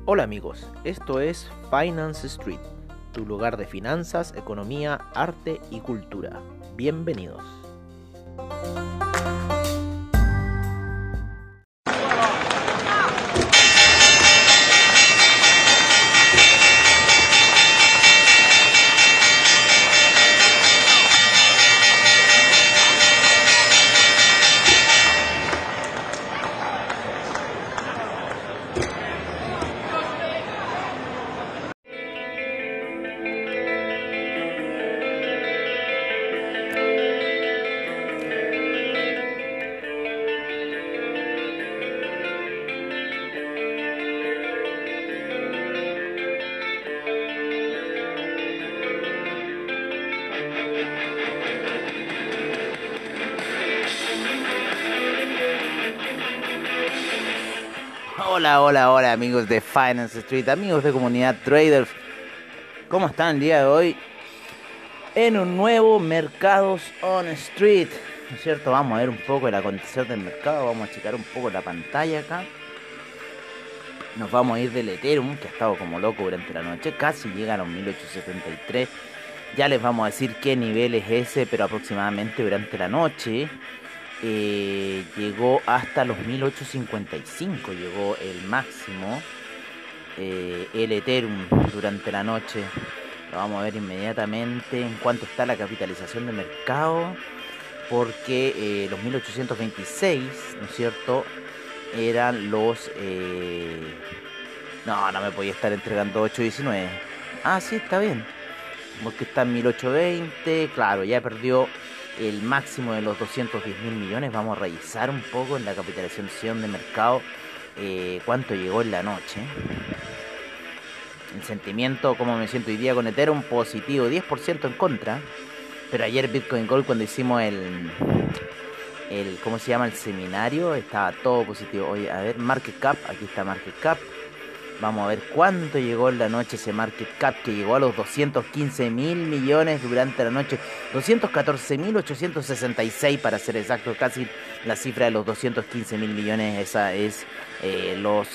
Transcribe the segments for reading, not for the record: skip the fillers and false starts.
Hola amigos, esto es Finance Street, tu lugar de finanzas, economía, arte y cultura. Bienvenidos. Hola amigos de Finance Street, amigos de Comunidad Traders. ¿Cómo están el día de hoy? En un nuevo Mercados on Street, ¿no es cierto? Vamos a ver un poco el acontecer del mercado, vamos a checar un poco la pantalla acá. Nos vamos a ir del Ethereum, que ha estado como loco durante la noche, casi llega a los 1873. Ya les vamos a decir qué nivel es ese, pero aproximadamente durante la noche llegó hasta los 1855, llegó el máximo, el Ethereum durante la noche. Lo vamos a ver inmediatamente en cuánto está la capitalización de mercado, porque los 1826, ¿no es cierto?, eran los... no me podía estar entregando 8.19. Ah, sí, está bien, porque está en 1820, claro, ya perdió el máximo de los 210.000 millones. Vamos a revisar un poco en la capitalización de mercado cuánto llegó en la noche. El sentimiento, como me siento hoy día con Ethereum, positivo, 10% en contra. Pero ayer Bitcoin Gold, cuando hicimos ¿cómo se llama? El seminario, estaba todo positivo. Oye, a ver, Market Cap, aquí está Market Cap. Vamos a ver cuánto llegó en la noche ese market cap, que llegó a los 215.000 millones durante la noche. 214.866 para ser exacto, casi la cifra de los 215.000 millones. Esa es los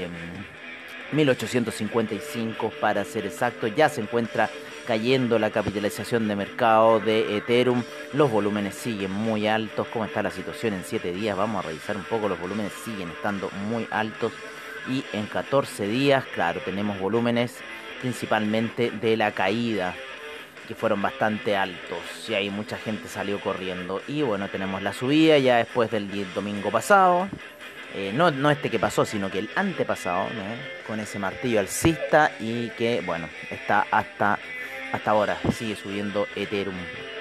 1855 para ser exacto. Ya se encuentra cayendo la capitalización de mercado de Ethereum. Los volúmenes siguen muy altos. ¿Cómo está la situación en 7 días? Vamos a revisar un poco. Los volúmenes siguen estando muy altos. Y en 14 días, claro, tenemos volúmenes principalmente de la caída, que fueron bastante altos. Y ahí mucha gente salió corriendo. Y bueno, tenemos la subida ya después del domingo pasado. No este que pasó, sino que el antepasado, ¿no? Con ese martillo alcista y que, bueno, está hasta ahora. Sigue subiendo Ethereum.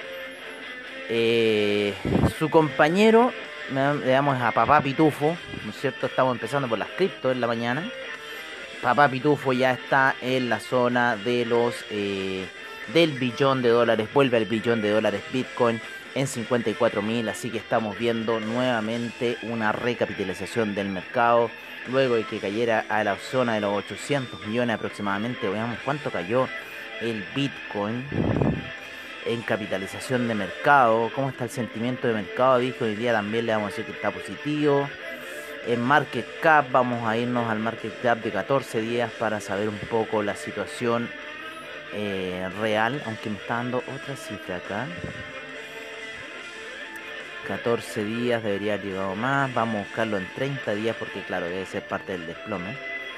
Su compañero, le damos a Papá Pitufo, ¿no es cierto? Estamos empezando por las cripto en la mañana. Papá Pitufo ya está en la zona de los del billón de dólares. Vuelve al billón de dólares Bitcoin en 54.000. Así que estamos viendo nuevamente una recapitalización del mercado. Luego de que cayera a la zona de los 800 millones aproximadamente. Veamos cuánto cayó el Bitcoin en capitalización de mercado. ¿Cómo está el sentimiento de mercado? Bitcoin hoy día también le vamos a decir que está positivo. En market cap, vamos a irnos al market cap de 14 días para saber un poco la situación real, aunque me está dando otra cifra acá. 14 días, debería haber llegado más. Vamos a buscarlo en 30 días porque claro, debe ser parte del desplome.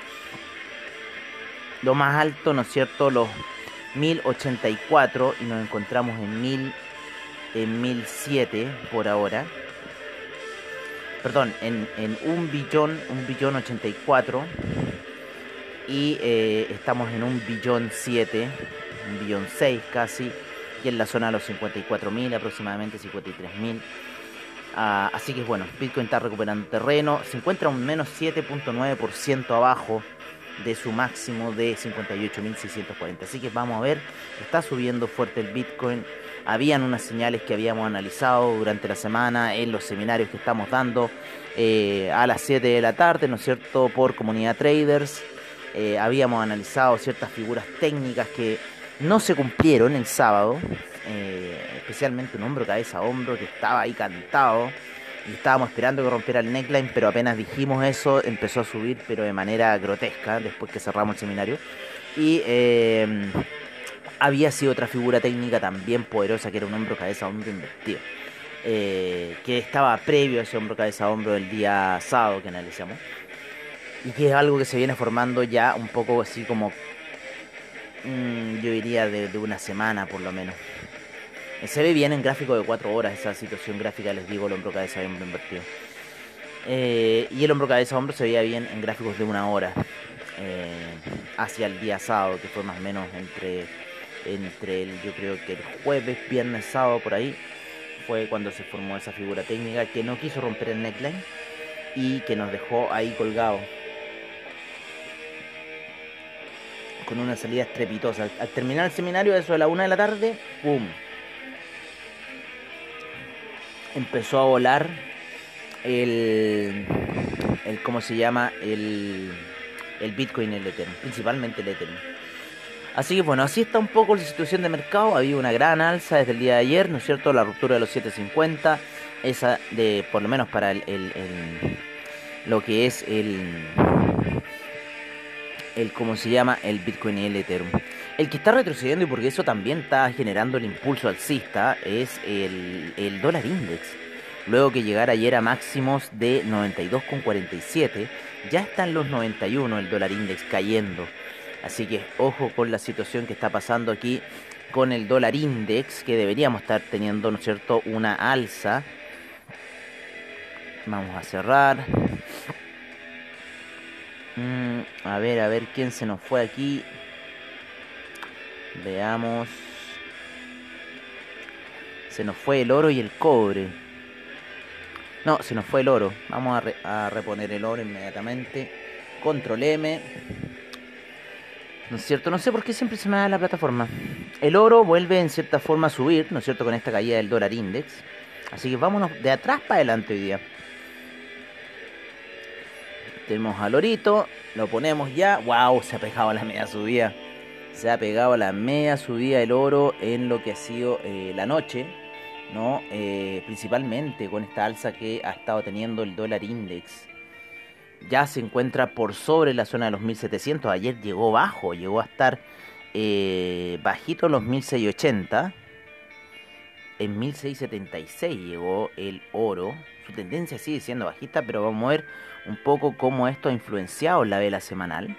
Lo más alto, ¿no es cierto?, los 1084, y nos encontramos en 1007 por ahora. Perdón, en 1.084, y estamos en 1.007, 1.006 casi, y en la zona de los 54.000, aproximadamente 53.000. Así que bueno, Bitcoin está recuperando terreno, se encuentra un menos 7.9% abajo de su máximo de 58.640. Así que vamos a ver, está subiendo fuerte el Bitcoin. Habían unas señales que habíamos analizado durante la semana en los seminarios que estamos dando a las 7 de la tarde, ¿no es cierto?, por Comunidad Traders. Habíamos analizado ciertas figuras técnicas que no se cumplieron el sábado, especialmente un hombro, cabeza, hombro, que estaba ahí cantado. y estábamos esperando que rompiera el neckline, pero apenas dijimos eso, empezó a subir, pero de manera grotesca, después que cerramos el seminario. Y había sido otra figura técnica también poderosa, que era un hombro, cabeza, hombro invertido. Que estaba previo a ese hombro, cabeza, hombro del día sábado que analizamos. Y que es algo que se viene formando ya un poco así como, yo diría de una semana por lo menos. Se ve bien en gráfico de 4 horas esa situación gráfica, les digo, el hombro, cabeza, hombro invertido. Y el hombro, cabeza, hombro se veía bien en gráficos de 1 hora. Hacia el día sábado, que fue más o menos entre yo creo que el jueves, viernes, sábado, por ahí, fue cuando se formó esa figura técnica que no quiso romper el neckline y que nos dejó ahí colgados con una salida estrepitosa. Al terminar el seminario, eso de la 1 de la tarde, ¡pum! Empezó a volar el ¿cómo se llama? El Bitcoin y el Ethereum, principalmente el Ethereum. Así que bueno, así está un poco la situación de mercado. Había una gran alza desde el día de ayer, ¿no es cierto? La ruptura de los 750, esa de, por lo menos para lo que es ¿cómo se llama? El Bitcoin y el Ethereum. El que está retrocediendo, y porque eso también está generando el impulso alcista, es el dólar index. Luego que llegara ayer a máximos de 92,47, ya está en los 91 el dólar index cayendo. Así que ojo con la situación que está pasando aquí con el dólar index, que deberíamos estar teniendo, ¿no es cierto?, una alza. Vamos a cerrar. A ver quién se nos fue aquí. Veamos. Se nos fue el oro y el cobre. No, se nos fue el oro. Vamos a reponer el oro inmediatamente. Control M. ¿No es cierto? No sé por qué siempre se me da la plataforma. El oro vuelve en cierta forma a subir, ¿no es cierto? Con esta caída del dólar index. Así que vámonos de atrás para adelante hoy día. Tenemos al orito. Lo ponemos ya. ¡Wow! Se ha pegado a la media subida. Se ha pegado a la media subida el oro en lo que ha sido la noche, ¿no? Principalmente con esta alza que ha estado teniendo el dólar index. Ya se encuentra por sobre la zona de los 1700. Ayer llegó bajo, llegó a estar bajito en los 1680. En 1676 llegó el oro. Su tendencia sigue siendo bajista, pero vamos a ver un poco cómo esto ha influenciado la vela semanal.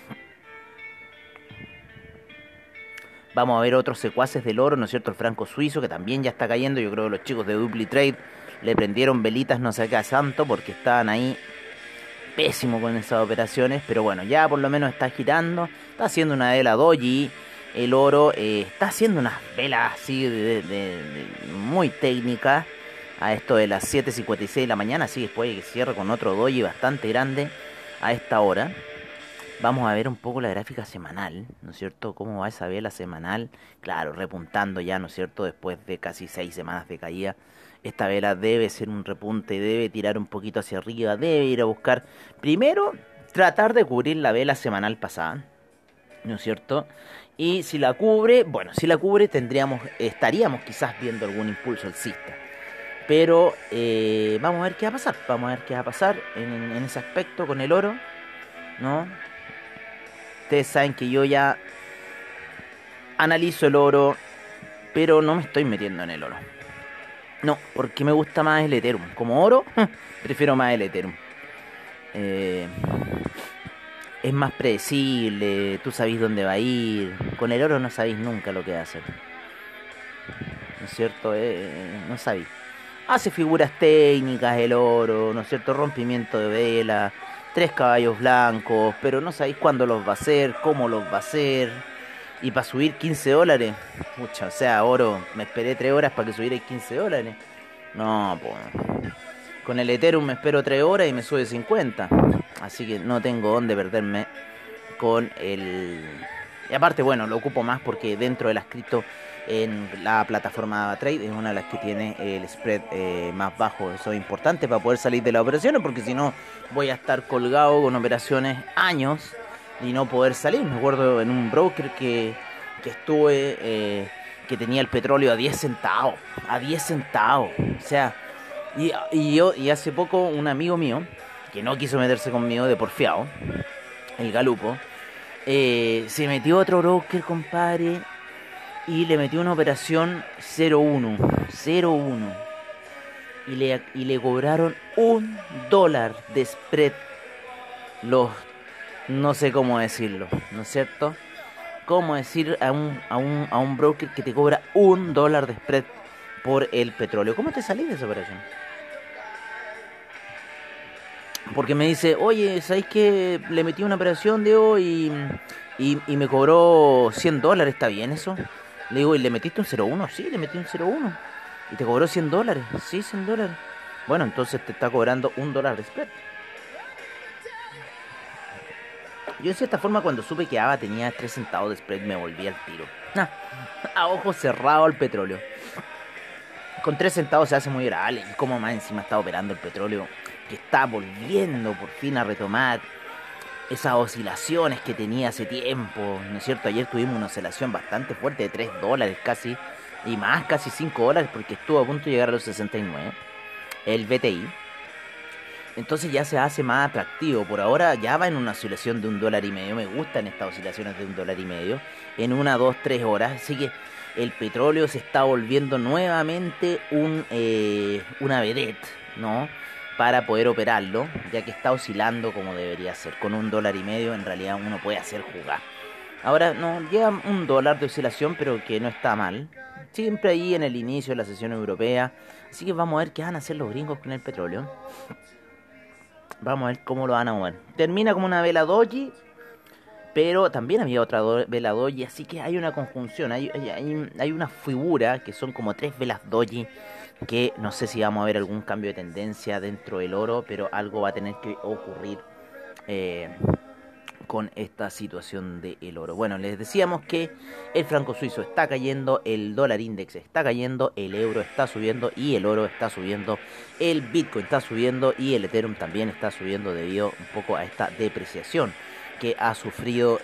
Vamos a ver otros secuaces del oro, ¿no es cierto? El franco suizo, que también ya está cayendo. Yo creo que los chicos de DupliTrade le prendieron velitas no sé qué a santo, porque estaban ahí pésimo con esas operaciones. Pero bueno, ya por lo menos está girando. Está haciendo una vela doji. El oro está haciendo unas velas así muy técnicas a esto de las 7:56 de la mañana. Así después que cierre con otro doji bastante grande a esta hora. Vamos a ver un poco la gráfica semanal, ¿no es cierto? ¿Cómo va esa vela semanal? Claro, repuntando ya, ¿no es cierto? Después de casi 6 semanas de caída, esta vela debe ser un repunte, debe tirar un poquito hacia arriba, debe ir a buscar, primero, tratar de cubrir la vela semanal pasada, ¿no es cierto? Y si la cubre, bueno, si la cubre estaríamos quizás viendo algún impulso alcista. Pero vamos a ver qué va a pasar, vamos a ver qué va a pasar en ese aspecto con el oro, ¿no? Ustedes saben que yo ya analizo el oro, pero no me estoy metiendo en el oro. No, porque me gusta más el Ethereum. Como oro, prefiero más el Ethereum. Es más predecible, tú sabés dónde va a ir. Con el oro no sabéis nunca lo que va a hacer. ¿No es cierto? No sabéis. Hace figuras técnicas el oro, ¿no es cierto? Rompimiento de vela. 3 caballos blancos, pero no sabéis cuándo los va a hacer, cómo los va a hacer. Y para subir $15, mucha, o sea, oro, me esperé 3 horas para que subiera $15. No, pues. Con el Ethereum me espero 3 horas y me sube 50. Así que no tengo dónde perderme con el... Y aparte, bueno, lo ocupo más porque dentro de las cripto en la plataforma Trade es una de las que tiene el spread más bajo. Eso es importante para poder salir de las operaciones, porque si no voy a estar colgado con operaciones años y no poder salir. Me acuerdo en un broker que estuve que tenía el petróleo a 10 centavos. A 10 centavos. O sea, Y hace poco un amigo mío, que no quiso meterse conmigo de porfiado, el Galupo, se metió a otro broker, compadre, y le metió una operación 0-1, 0-1. Y le cobraron $1 de spread. Los, no sé cómo decirlo, ¿no es cierto? ¿Cómo decir a un broker que te cobra $1 de spread por el petróleo? ¿Cómo te salís de esa operación? Porque me dice, oye, ¿sabéis que le metí una operación de hoy y me cobró $100? ¿Está bien eso? Le digo, ¿y le metiste un 0,1? Sí, le metí un 0,1. ¿Y te cobró $100? Sí, $100. Bueno, entonces te está cobrando $1 de spread. Yo en cierta forma cuando supe que ABA tenía 3 centavos de spread me volví al tiro. A ojos cerrados al petróleo. Con 3 centavos se hace muy grave. Y como más encima está operando el petróleo, que está volviendo por fin a retomar esas oscilaciones que tenía hace tiempo, ¿no es cierto? Ayer tuvimos una oscilación bastante fuerte de $3 casi, y más, casi $5, porque estuvo a punto de llegar a los 69, el BTI. Entonces ya se hace más atractivo. Por ahora ya va en una oscilación de $1,5. Me gustan estas oscilaciones de $1,5 en 1, 2, 3 horas. Así que el petróleo se está volviendo nuevamente una vedette, ¿no? Para poder operarlo, ya que está oscilando como debería ser. Con $1,5 en realidad uno puede hacer jugar. Ahora no llega $1 de oscilación, pero que no está mal. Siempre ahí en el inicio de la sesión europea. Así que vamos a ver qué van a hacer los gringos con el petróleo. Vamos a ver cómo lo van a mover. Termina como una vela doji, pero también había otra vela doji, así que hay una conjunción, hay una figura que son como 3 velas doji, que no sé si vamos a ver algún cambio de tendencia dentro del oro, pero algo va a tener que ocurrir eh, con esta situación del oro. Bueno, les decíamos que el franco suizo está cayendo, el dólar index está cayendo, el euro está subiendo y el oro está subiendo, el Bitcoin está subiendo y el Ethereum también está subiendo debido un poco a esta depreciación que ha sufrido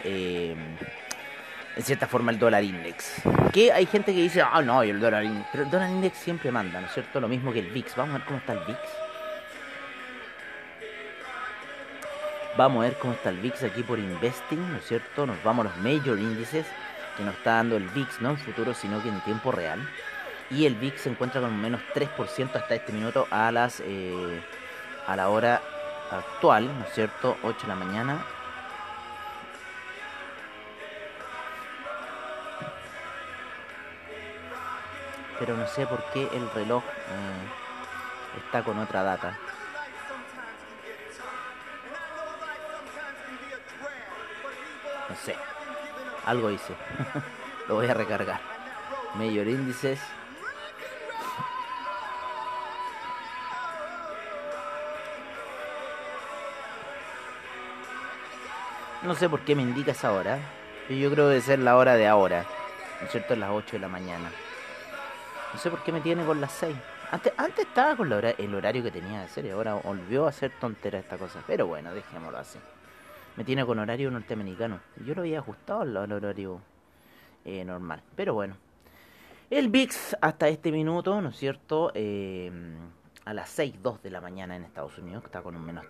en cierta forma el dólar index. Que hay gente que dice, ah, no, y el dólar index, pero el dólar index siempre manda, ¿no es cierto? Lo mismo que el VIX. Vamos a ver cómo está el VIX. Vamos a ver cómo está el VIX aquí por Investing, ¿no es cierto? Nos vamos a los major índices que nos está dando el VIX, no en futuro, sino que en tiempo real. Y el VIX se encuentra con un menos 3% hasta este minuto a la hora actual, ¿no es cierto? 8 de la mañana. Pero no sé por qué el reloj está con otra data. No sé, algo hice. Lo voy a recargar. Mayor índices. No sé por qué me indica esa hora. Pero yo creo que debe ser la hora de ahora. ¿No es cierto? Las 8 de la mañana. No sé por qué me tiene con las 6. Antes estaba con el horario que tenía de serie. Ahora volvió a ser tontera esta cosa. Pero bueno, dejémoslo así. Me tiene con horario norteamericano. Yo lo había ajustado al horario normal. Pero bueno. El VIX hasta este minuto, ¿no es cierto? A las 6:02 de la mañana en Estados Unidos. Está con un menos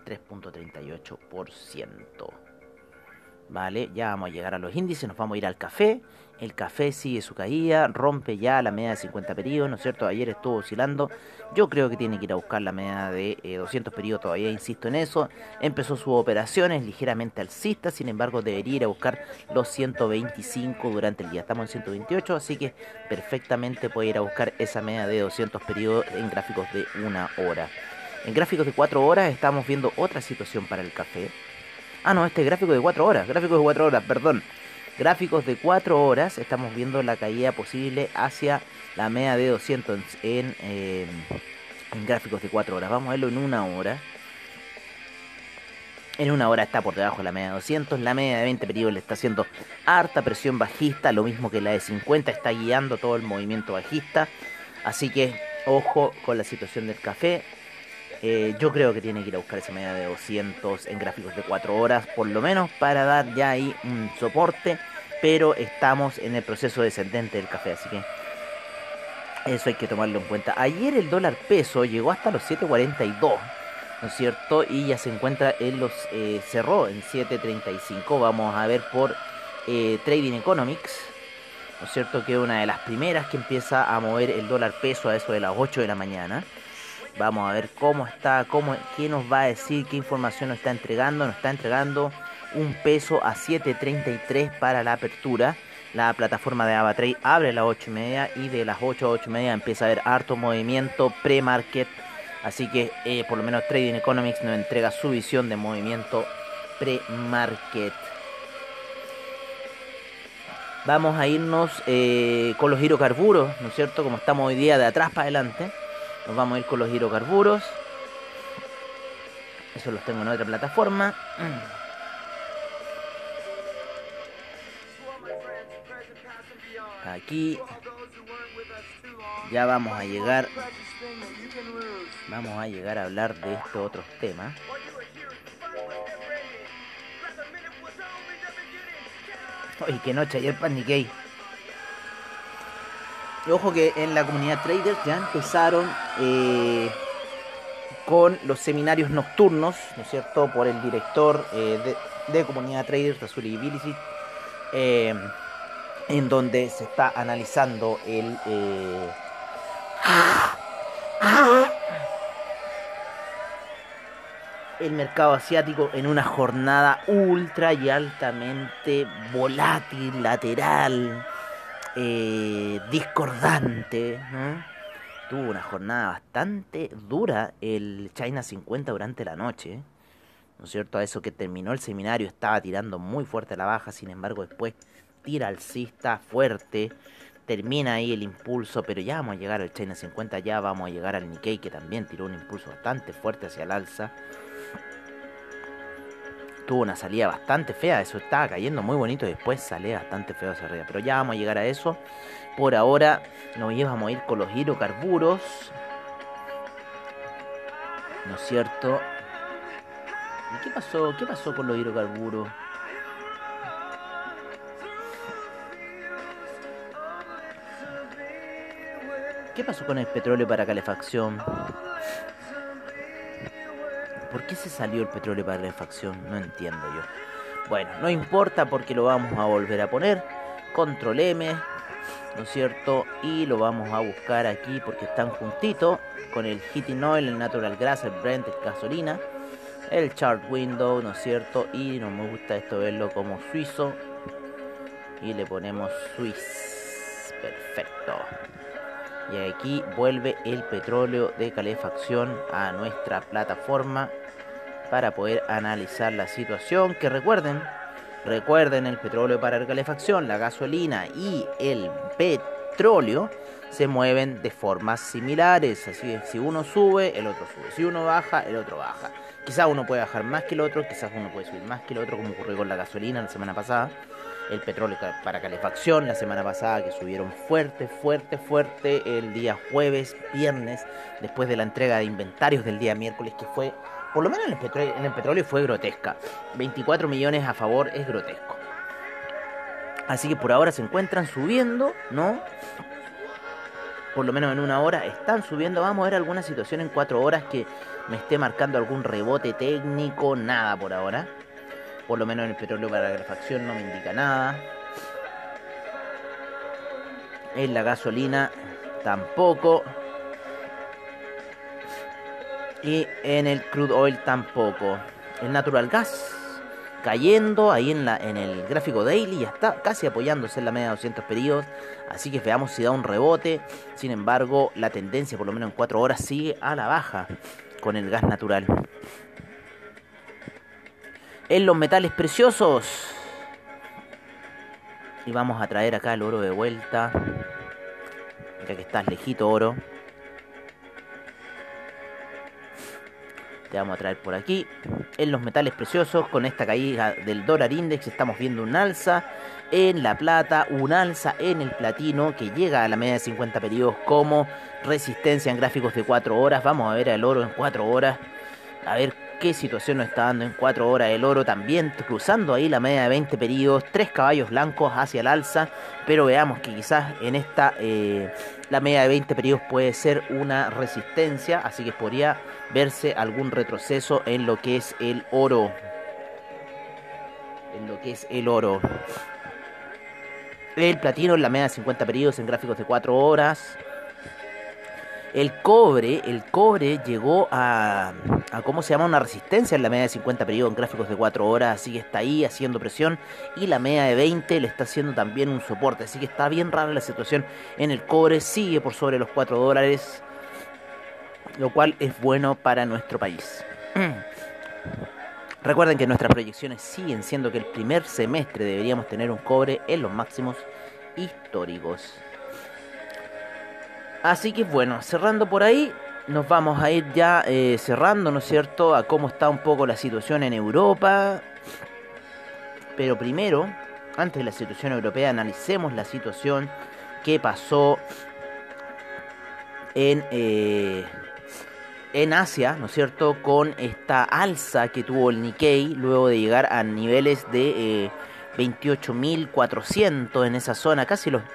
3,38%. Vale, ya vamos a llegar a los índices, nos vamos a ir al café. El café sigue su caída, rompe ya la media de 50 periodos, ¿no es cierto? Ayer estuvo oscilando. Yo creo que tiene que ir a buscar la media de 200 periodos, todavía insisto en eso. Empezó sus operaciones ligeramente alcistas, sin embargo debería ir a buscar los 125 durante el día. Estamos en 128, así que perfectamente puede ir a buscar esa media de 200 periodos en gráficos de 1 hora. En gráficos de 4 horas estamos viendo otra situación para el café. Ah, no, este es gráfico de 4 horas. Gráficos de 4 horas, perdón. Gráficos de 4 horas. Estamos viendo la caída posible hacia la media de 200 en gráficos de 4 horas. Vamos a verlo en 1 hora. En 1 hora está por debajo de la media de 200. La media de 20 periodos le está haciendo harta presión bajista. Lo mismo que la de 50. Está guiando todo el movimiento bajista. Así que ojo con la situación del café. Yo creo que tiene que ir a buscar esa media de 200 en gráficos de 4 horas, por lo menos para dar ya ahí un soporte, pero estamos en el proceso descendente del café, así que Eso hay que tomarlo en cuenta. Ayer el dólar peso llegó hasta los 7.42, ¿no es cierto? Y ya se encuentra en los... cerró en 7.35. Vamos a ver por Trading Economics, ¿no es cierto? Que es una de las primeras que empieza a mover el dólar peso a eso de las 8 de la mañana. Vamos a ver cómo está, qué nos va a decir, qué información nos está entregando. Nos está entregando un peso a 7.33 para la apertura. La plataforma de AvaTrade abre a las 8:30 y de las 8 a 8:30 empieza a haber harto movimiento pre-market. Así que por lo menos Trading Economics nos entrega su visión de movimiento pre-market. Vamos a irnos con los hidrocarburos, ¿no es cierto? Como estamos hoy día de atrás para adelante, nos vamos a ir con los hidrocarburos. Eso los tengo en otra plataforma. Aquí ya vamos a llegar a hablar de estos otros temas. Oye, qué noche ayer para Nikkei. Y ojo que en la comunidad traders ya empezaron con los seminarios nocturnos, ¿no es cierto? Por el director de comunidad traders, Azuri Bilicic, en donde se está analizando el mercado asiático en una jornada ultra y altamente volátil, lateral, discordante, ¿no? Tuvo una jornada bastante dura el China 50 durante la noche, ¿no es cierto? A eso que terminó el seminario estaba tirando muy fuerte a la baja, sin embargo después tira alcista fuerte, termina ahí el impulso, pero ya vamos a llegar al China 50, ya vamos a llegar al Nikkei, que también tiró un impulso bastante fuerte hacia el alza. Tuvo una salida bastante fea, eso estaba cayendo muy bonito y después sale bastante feo hacia arriba, pero ya vamos a llegar a eso. Por ahora nos vamos a ir con los hidrocarburos, ¿no es cierto? ¿Y qué pasó? ¿Qué pasó con los hidrocarburos? ¿Qué pasó con el petróleo para calefacción? ¿Por qué se salió el petróleo para calefacción? No entiendo yo. Bueno, no importa porque lo vamos a volver a poner. Control M, ¿no es cierto? Y lo vamos a buscar aquí porque están juntitos con el Heating Oil, el Natural Gas, el Brent, el gasolina, el Chart Window, ¿no es cierto? Y nos me gusta esto verlo como suizo. Y le ponemos Swiss. Perfecto. Y aquí vuelve el petróleo de calefacción a nuestra plataforma para poder analizar la situación. Que recuerden el petróleo para la calefacción, la gasolina y el petróleo se mueven de formas similares. Así que si uno sube, el otro sube. Si uno baja, el otro baja. Quizás uno puede bajar más que el otro, quizás uno puede subir más que el otro, como ocurrió con la gasolina la semana pasada. El petróleo para calefacción la semana pasada, que subieron fuerte el día jueves, viernes, después de la entrega de inventarios del día miércoles, que fue, por lo menos en el petróleo fue grotesca. 24 millones a favor es grotesco. Así que por ahora se encuentran subiendo, ¿no? Por lo menos en una hora están subiendo. Vamos a ver alguna situación en 4 horas que me esté marcando algún rebote técnico. Nada por ahora. Por lo menos en el petróleo para la calefacción no me indica nada. En la gasolina tampoco. Y en el crude oil tampoco. El natural gas cayendo ahí en el gráfico daily. Ya está casi apoyándose en la media de 200 periodos. Así que veamos si da un rebote. Sin embargo, la tendencia por lo menos en 4 horas sigue a la baja con el gas natural. En los metales preciosos. Y vamos a traer acá el oro de vuelta. Ya que estás lejito, oro. Te vamos a traer por aquí. En los metales preciosos, con esta caída del dólar index, estamos viendo un alza en la plata, un alza en el platino, que llega a la media de 50 periodos como resistencia en gráficos de 4 horas. Vamos a ver al oro en 4 horas. A ver qué situación nos está dando en 4 horas el oro, también cruzando ahí la media de 20 periodos, 3 caballos blancos hacia el alza, pero veamos que quizás en esta la media de 20 periodos puede ser una resistencia, así que podría verse algún retroceso en lo que es el oro. El platino en la media de 50 periodos en gráficos de 4 horas. El cobre llegó a ¿cómo se llama? Una resistencia en la media de 50 periodos en gráficos de 4 horas, así que está ahí haciendo presión, y la media de 20 le está haciendo también un soporte, así que está bien rara la situación en el cobre, sigue por sobre los $4, lo cual es bueno para nuestro país. Recuerden que nuestras proyecciones siguen siendo que el primer semestre deberíamos tener un cobre en los máximos históricos. Así que bueno, cerrando por ahí, nos vamos a ir ya cerrando, ¿no es cierto?, a cómo está un poco la situación en Europa. Pero primero, antes de la situación europea, analicemos la situación que pasó en Asia, ¿no es cierto?, con esta alza que tuvo el Nikkei luego de llegar a niveles de 28.400 en esa zona, casi los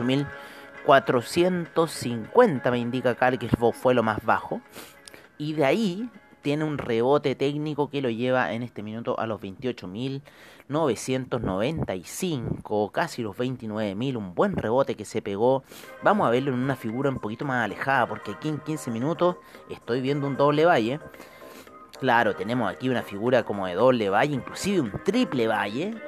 28.450 me indica acá que fue lo más bajo. Y de ahí tiene un rebote técnico que lo lleva en este minuto a los 28.995, casi los 29.000, un buen rebote que se pegó. Vamos a verlo en una figura un poquito más alejada, porque aquí en 15 minutos estoy viendo un doble valle. Claro, tenemos aquí una figura como de doble valle, inclusive un triple valle.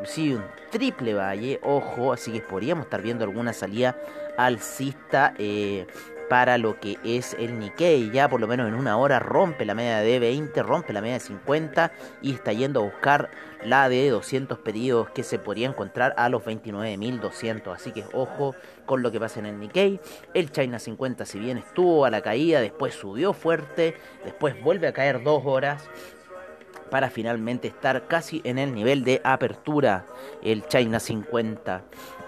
Ojo, así que podríamos estar viendo alguna salida alcista para lo que es el Nikkei. Ya por lo menos en una hora rompe la media de 20, rompe la media de 50 y está yendo a buscar la de 200 pedidos que se podría encontrar a los 29.200. Así que ojo con lo que pasa en el Nikkei. El China 50, si bien estuvo a la caída, después subió fuerte, después vuelve a caer 2 horas para finalmente estar casi en el nivel de apertura, el China 50.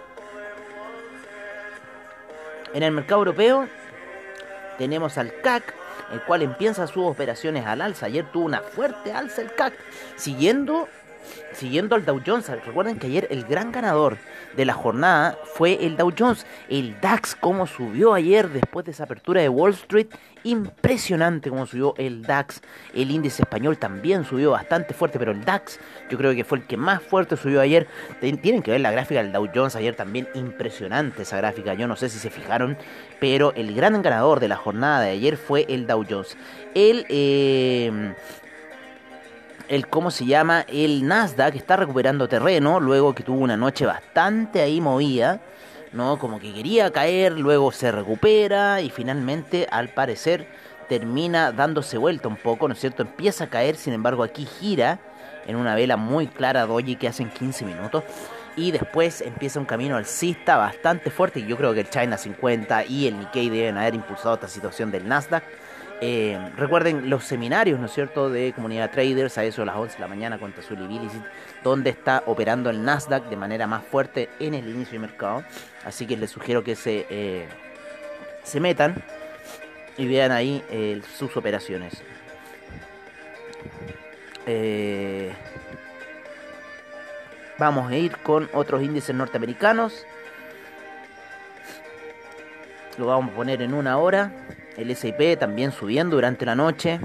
En el mercado europeo tenemos al CAC, el cual empieza sus operaciones al alza. Ayer tuvo una fuerte alza el CAC, siguiendo al Dow Jones. Recuerden que ayer el gran ganador de la jornada fue el Dow Jones. El DAX, como subió ayer después de esa apertura de Wall Street, impresionante como subió el DAX. El índice español también subió bastante fuerte, pero el DAX yo creo que fue el que más fuerte subió ayer. Tienen que ver la gráfica del Dow Jones ayer, también impresionante esa gráfica. Yo no sé si se fijaron, pero el gran ganador de la jornada de ayer fue el Dow Jones. ¿Cómo se llama? El Nasdaq está recuperando terreno luego que tuvo una noche bastante ahí movida, ¿no? Como que quería caer, luego se recupera y finalmente, al parecer, termina dándose vuelta un poco, ¿no es cierto? Empieza a caer, sin embargo, aquí gira en una vela muy clara doji que hace en 15 minutos. Y después empieza un camino alcista bastante fuerte. Y yo creo que el China 50 y el Nikkei deben haber impulsado esta situación del Nasdaq. Recuerden los seminarios, ¿no es cierto?, de comunidad traders a eso de las 11 de la mañana con Tazuli Billicit, donde está operando el Nasdaq de manera más fuerte en el inicio de mercado. Así que les sugiero que se metan y vean ahí sus operaciones. Vamos a ir con otros índices norteamericanos. Lo vamos a poner en una hora. El S&P también subiendo durante la noche.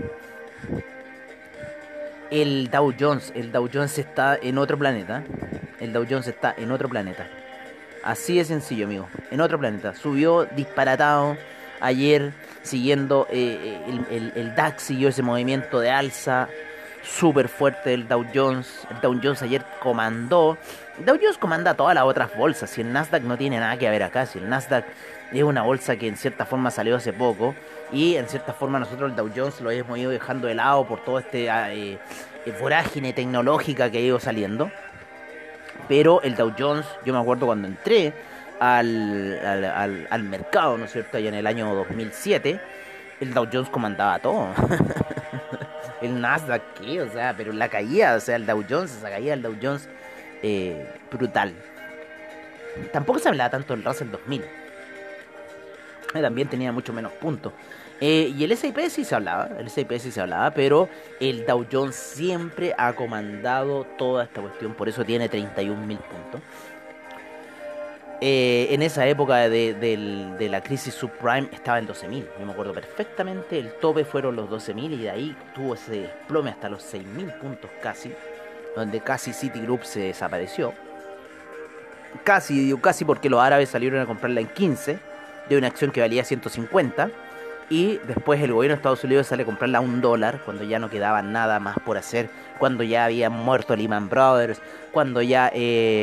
El Dow Jones está en otro planeta. Así de sencillo, amigo. En otro planeta. Subió disparatado ayer, siguiendo el DAX siguió ese movimiento de alza súper fuerte del Dow Jones. El Dow Jones ayer comandó. El Dow Jones comanda todas las otras bolsas. Si el Nasdaq no tiene nada que ver acá. Si el Nasdaq es una bolsa que en cierta forma salió hace poco. Y en cierta forma nosotros el Dow Jones lo hemos ido dejando de lado por todo vorágine tecnológica que ha ido saliendo. Pero el Dow Jones, yo me acuerdo cuando entré al mercado, ¿no es cierto? Allá en el año 2007, el Dow Jones comandaba todo. El Nasdaq, ¿qué? O sea, pero la caída, o sea, el Dow Jones, esa caída del Dow Jones, brutal. Tampoco se hablaba tanto del Russell 2000. También tenía mucho menos puntos. Y el S&P sí se hablaba, pero el Dow Jones siempre ha comandado toda esta cuestión, por eso tiene 31.000 puntos. En esa época de la crisis subprime estaba en 12.000, yo me acuerdo perfectamente, el tope fueron los 12.000 y de ahí tuvo ese desplome hasta los 6.000 puntos casi, donde casi Citigroup se desapareció. Casi, digo casi porque los árabes salieron a comprarla en 15 de una acción que valía 150 y después el gobierno de Estados Unidos sale a comprarla a $1 cuando ya no quedaba nada más por hacer, cuando ya habían muerto Lehman Brothers, cuando ya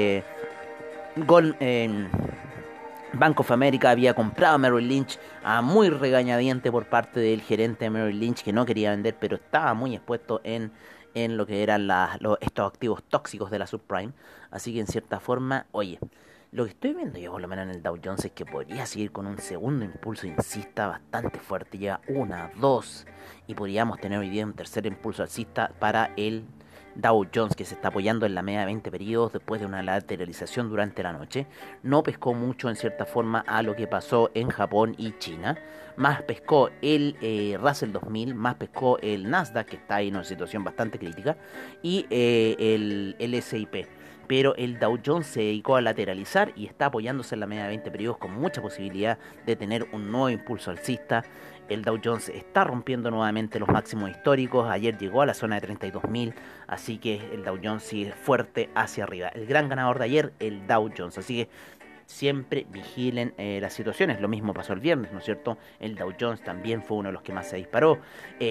Bank of America había comprado a Merrill Lynch a muy regañadiente por parte del gerente de Merrill Lynch que no quería vender, pero estaba muy expuesto en lo que eran estos activos tóxicos de la subprime. Así que en cierta forma, oye, lo que estoy viendo yo por lo menos en el Dow Jones es que podría seguir con un segundo impulso alcista bastante fuerte, ya 1, 2, y podríamos tener hoy día un tercer impulso alcista para el Dow Jones, que se está apoyando en la media de 20 periodos después de una lateralización durante la noche. No pescó mucho en cierta forma a lo que pasó en Japón y China. Más pescó el Russell 2000, más pescó el Nasdaq, que está ahí en una situación bastante crítica, y el S&P. Pero el Dow Jones se dedicó a lateralizar y está apoyándose en la media de 20 periodos con mucha posibilidad de tener un nuevo impulso alcista. El Dow Jones está rompiendo nuevamente los máximos históricos. Ayer llegó a la zona de 32.000, así que el Dow Jones sigue fuerte hacia arriba. El gran ganador de ayer, el Dow Jones. Así que siempre vigilen las situaciones. Lo mismo pasó el viernes, ¿no es cierto? El Dow Jones también fue uno de los que más se disparó.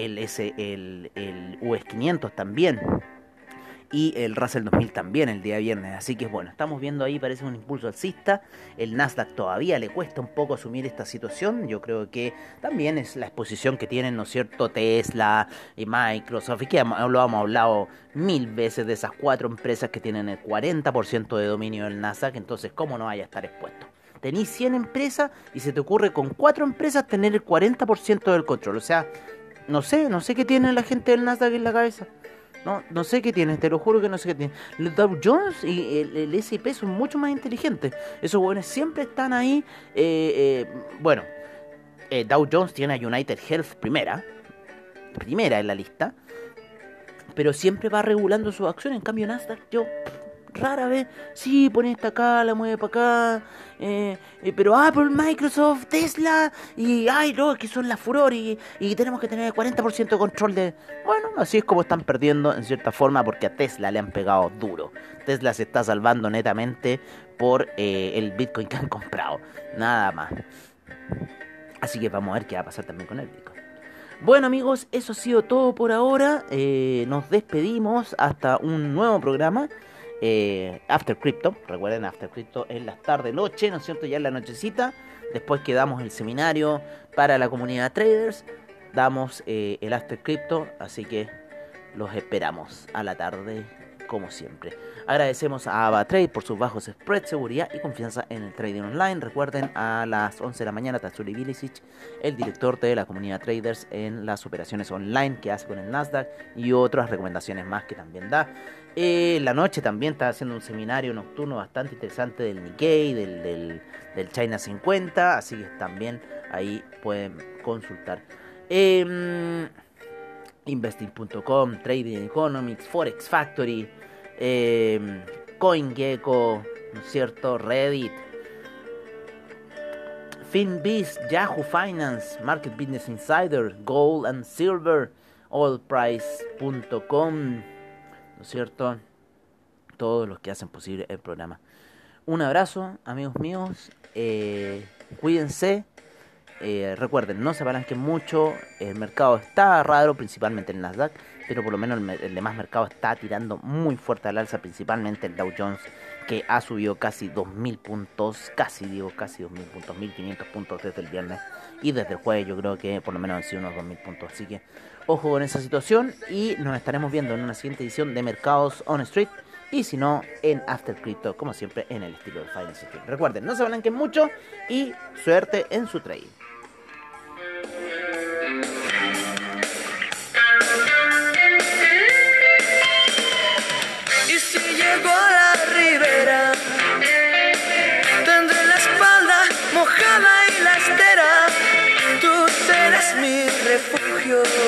El US 500 también. Y el Russell 2000 también el día viernes. Así que bueno, estamos viendo ahí, parece un impulso alcista. El Nasdaq todavía le cuesta un poco asumir esta situación. Yo creo que también es la exposición que tienen, ¿no es cierto?, Tesla y Microsoft. Y que lo hemos hablado 1000 veces de esas 4 empresas que tienen el 40% de dominio del Nasdaq. Entonces, ¿cómo no vaya a estar expuesto? Tenís 100 empresas y se te ocurre con 4 empresas tener el 40% del control. O sea, no sé qué tiene la gente del Nasdaq en la cabeza. No sé qué tiene, te lo juro que no sé qué tiene. El Dow Jones y el S&P son mucho más inteligentes. Esos hueones siempre están ahí. Bueno, Dow Jones tiene a United Health primera en la lista, pero siempre va regulando sus acciones. En cambio Nasdaq, rara vez, sí, pone esta acá, la mueve para acá, pero Apple, Microsoft, Tesla, y ay no, que son la furor y tenemos que tener el 40% de control de... Bueno, así es como están perdiendo en cierta forma, porque a Tesla le han pegado duro. Tesla se está salvando netamente por el Bitcoin que han comprado, nada más. Así que vamos a ver qué va a pasar también con el Bitcoin. Bueno amigos, eso ha sido todo por ahora. Nos despedimos hasta un nuevo programa. After Crypto, recuerden, After Crypto en las tarde noche, ¿no es cierto? Ya en la nochecita, después que damos el seminario para la comunidad traders, damos el After Crypto, así que los esperamos a la tarde como siempre. Agradecemos a AvaTrade por sus bajos spreads, seguridad y confianza en el trading online. Recuerden, a las 11 de la mañana Tatsuri Bilicic, el director de la comunidad traders, en las operaciones online que hace con el Nasdaq y otras recomendaciones más que también da. La noche también está haciendo un seminario nocturno bastante interesante del Nikkei, del China 50, así que también ahí pueden consultar. Investing.com, Trading Economics, Forex Factory, CoinGecko, ¿no es cierto? Reddit, FinBiz, Yahoo Finance, Market Business Insider, Gold and Silver, Oilprice.com, ¿no es cierto? Todos los que hacen posible el programa. Un abrazo, amigos míos. Cuídense. Recuerden, no se apalanquen mucho. El mercado está raro, principalmente el Nasdaq, pero por lo menos el demás mercado está tirando muy fuerte al alza, principalmente el Dow Jones, que ha subido casi 2.000 puntos, casi 2.000 puntos, 1.500 puntos desde el viernes, y desde el jueves yo creo que por lo menos han sido unos 2.000 puntos. Así que ojo con esa situación y nos estaremos viendo en una siguiente edición de Mercados on Street, y si no, en After Crypto, como siempre, en el estilo de Finance Street. Recuerden, no se apalanquen mucho y suerte en su trade. Y si llego a la ribera, tendré la espalda mojada y la estera. refugio.